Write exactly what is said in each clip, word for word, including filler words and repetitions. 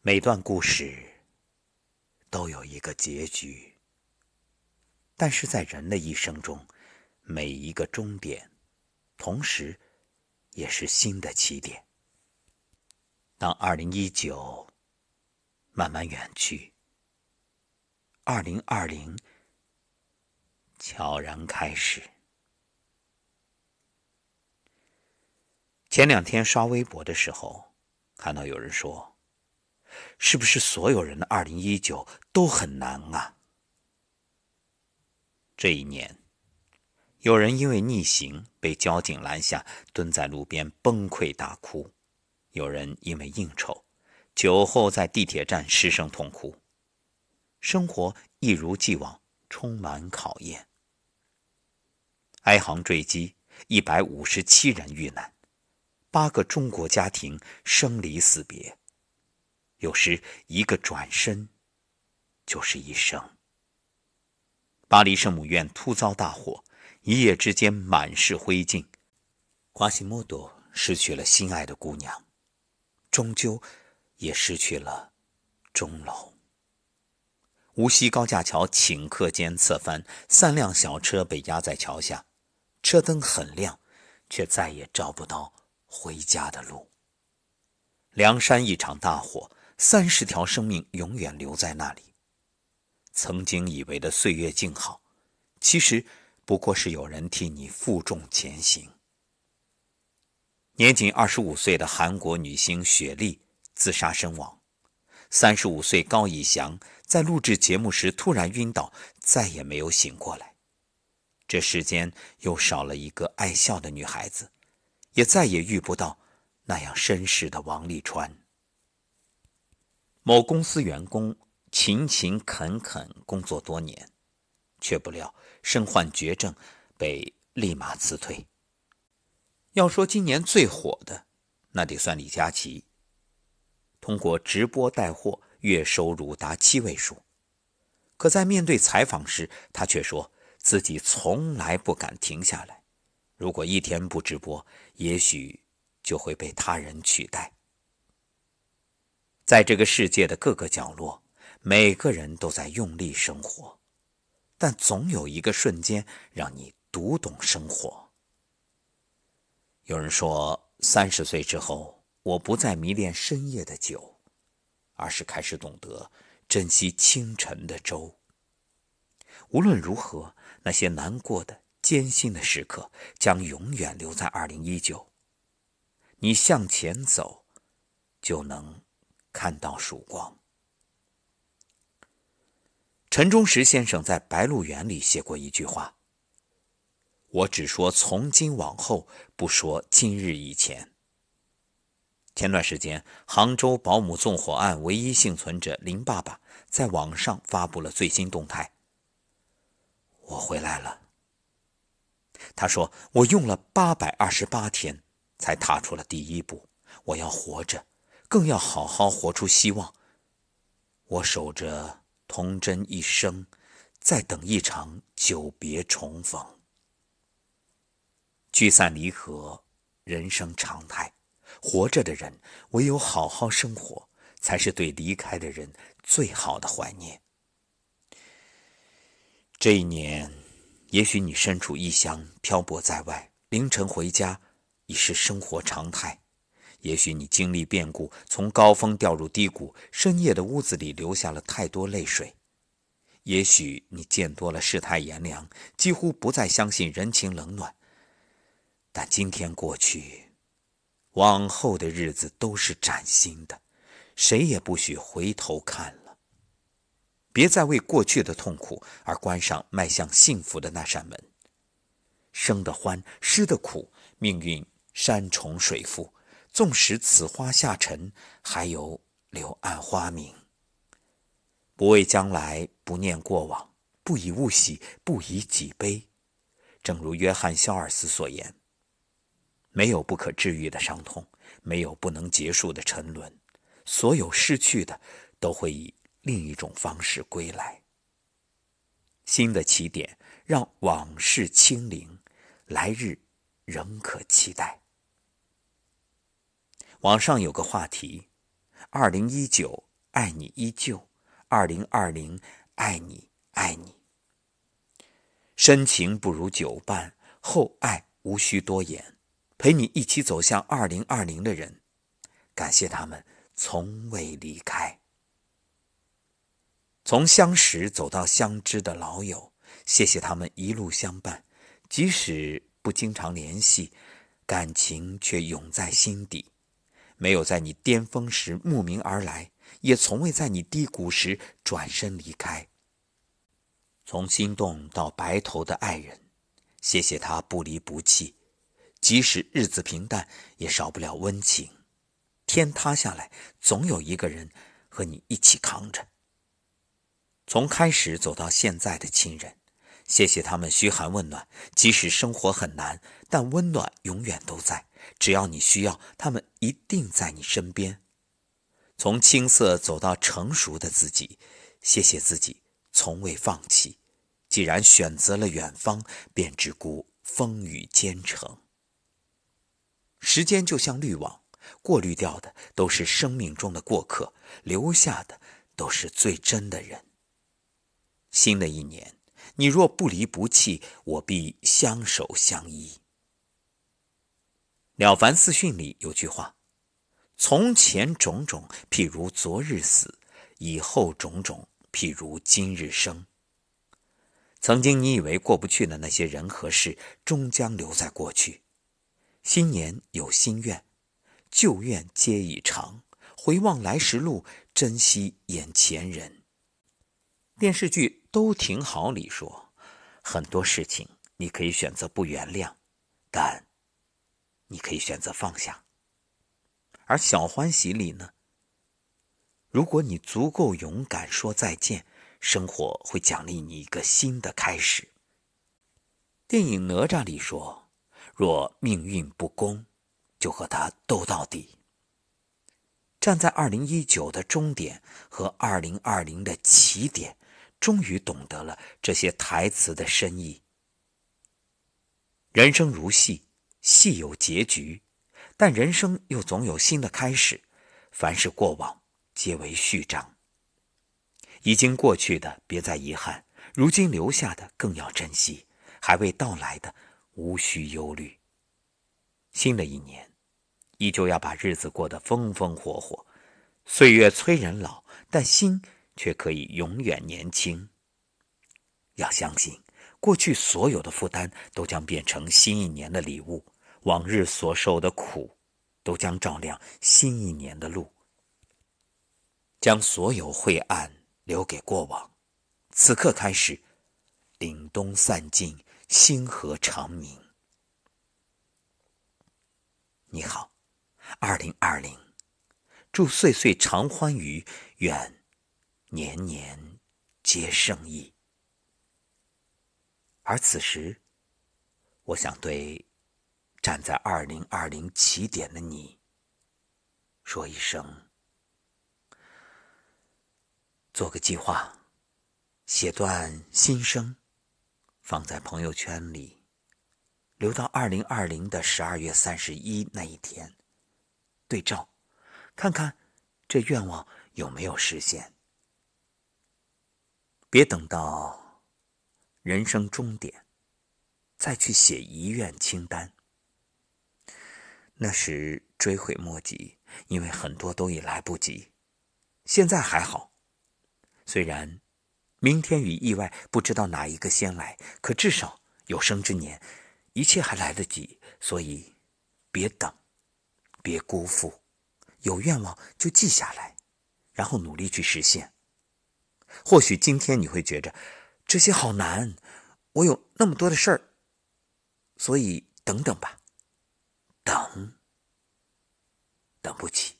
每段故事都有一个结局，但是在人的一生中，每一个终点，同时也是新的起点。当二零一九慢慢远去，二零二零悄然开始。前两天刷微博的时候，看到有人说，是不是所有人的二零一九都很难啊？这一年，有人因为逆行被交警拦下，蹲在路边崩溃大哭；有人因为应酬，酒后在地铁站失声痛哭。生活一如既往，充满考验。埃航坠机，一百五十七人遇难，八个中国家庭生离死别。有时一个转身就是一生。巴黎圣母院突遭大火，一夜之间满是灰烬。瓜西莫多失去了心爱的姑娘，终究也失去了钟楼。无锡高架桥顷刻间侧翻，三辆小车被压在桥下，车灯很亮，却再也找不到回家的路。凉山一场大火，三十条生命永远留在那里。曾经以为的岁月静好，其实不过是有人替你负重前行。年仅二十五岁的韩国女星雪莉自杀身亡。三十五岁高以翔在录制节目时突然晕倒，再也没有醒过来。这世间又少了一个爱笑的女孩子，也再也遇不到那样绅士的王沥川。某公司员工勤勤恳恳工作多年，却不料身患绝症，被立马辞退。要说今年最火的，那得算李佳琦，通过直播带货，月收入达七位数。可在面对采访时，他却说自己从来不敢停下来，如果一天不直播，也许就会被他人取代。在这个世界的各个角落，每个人都在用力生活，但总有一个瞬间让你读懂生活。有人说，三十岁之后，我不再迷恋深夜的酒，而是开始懂得珍惜清晨的粥。无论如何，那些难过的、艰辛的时刻将永远留在二零一九。你向前走，就能看到曙光。陈忠实先生在《白鹿原》里写过一句话：我只说从今往后，不说今日以前。前段时间，杭州保姆纵火案唯一幸存者林爸爸在网上发布了最新动态：我回来了。他说，我用了八百二十八天才踏出了第一步，我要活着，更要好好活出希望。我守着童真一生，在等一场久别重逢。聚散离合，人生常态。活着的人，唯有好好生活，才是对离开的人最好的怀念。这一年，也许你身处异乡，漂泊在外，凌晨回家已是生活常态。也许你经历变故，从高峰掉入低谷，深夜的屋子里流下了太多泪水。也许你见多了世态炎凉，几乎不再相信人情冷暖。但今天过去，往后的日子都是崭新的，谁也不许回头看了。别再为过去的痛苦而关上迈向幸福的那扇门。生的欢，失的苦，命运山重水复，纵使此花下沉，还有柳暗花明。不畏将来，不念过往，不以物喜，不以己悲。正如约翰·肖尔斯所言，没有不可治愈的伤痛，没有不能结束的沉沦，所有失去的都会以另一种方式归来。新的起点，让往事清零，来日仍可期待。网上有个话题，二零一九爱你依旧，二零二零爱你爱你。深情不如久伴，厚爱无需多言。陪你一起走向二零二零的人，感谢他们从未离开。从相识走到相知的老友，谢谢他们一路相伴，即使不经常联系，感情却永在心底。没有在你巅峰时慕名而来，也从未在你低谷时转身离开。从心动到白头的爱人，谢谢他不离不弃，即使日子平淡，也少不了温情。天塌下来，总有一个人和你一起扛着。从开始走到现在的亲人，谢谢他们嘘寒问暖，即使生活很难，但温暖永远都在。只要你需要，他们一定在你身边。从青涩走到成熟的自己，谢谢自己从未放弃。既然选择了远方，便只顾风雨兼程。时间就像滤网，过滤掉的都是生命中的过客，留下的都是最真的人。新的一年，你若不离不弃，我必相守相依。了凡四训里有句话：从前种种，譬如昨日死；以后种种，譬如今日生。曾经你以为过不去的那些人和事，终将留在过去。新年有新愿，旧愿皆已偿。回望来时路，珍惜眼前人。电视剧《都挺好》里说，很多事情你可以选择不原谅，但你可以选择放下。而小欢喜里呢，如果你足够勇敢说再见，生活会奖励你一个新的开始。电影《哪吒》里说，若命运不公，就和他斗到底。站在二零一九的终点和二零二零的起点，终于懂得了这些台词的深意。人生如戏，戏有结局，但人生又总有新的开始。凡是过往，皆为序章。已经过去的别再遗憾，如今留下的更要珍惜，还未到来的无需忧虑。新的一年，依旧要把日子过得风风火火。岁月催人老，但心却可以永远年轻。要相信，过去所有的负担都将变成新一年的礼物，往日所受的苦都将照亮新一年的路。将所有晦暗留给过往，此刻开始，凛冬散尽，星河长明。你好，二零二零，祝岁岁常欢愉，愿年年皆胜意。而此时，我想对站在二零二零起点的你说一声，做个计划，写段心声，放在朋友圈里，留到二零二零的十二月三十一那一天，对照，看看这愿望有没有实现。别等到人生终点，再去写遗愿清单，那时追悔莫及，因为很多都已来不及。现在还好，虽然明天与意外不知道哪一个先来，可至少有生之年，一切还来得及。所以别等，别辜负，有愿望就记下来，然后努力去实现。或许今天你会觉着这些好难，我有那么多的事儿，所以等等吧。等，等不起。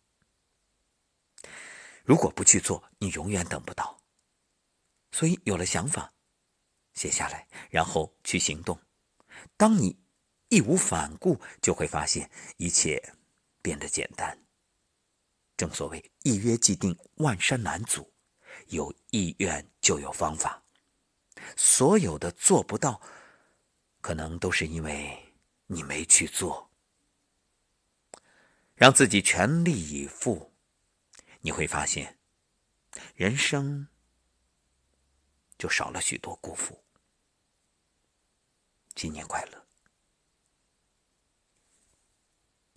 如果不去做，你永远等不到。所以有了想法，写下来，然后去行动。当你义无反顾，就会发现一切变得简单。正所谓一约既定，万山难阻，有意愿就有方法。所有的做不到，可能都是因为你没去做。让自己全力以赴，你会发现人生就少了许多辜负。新年快乐！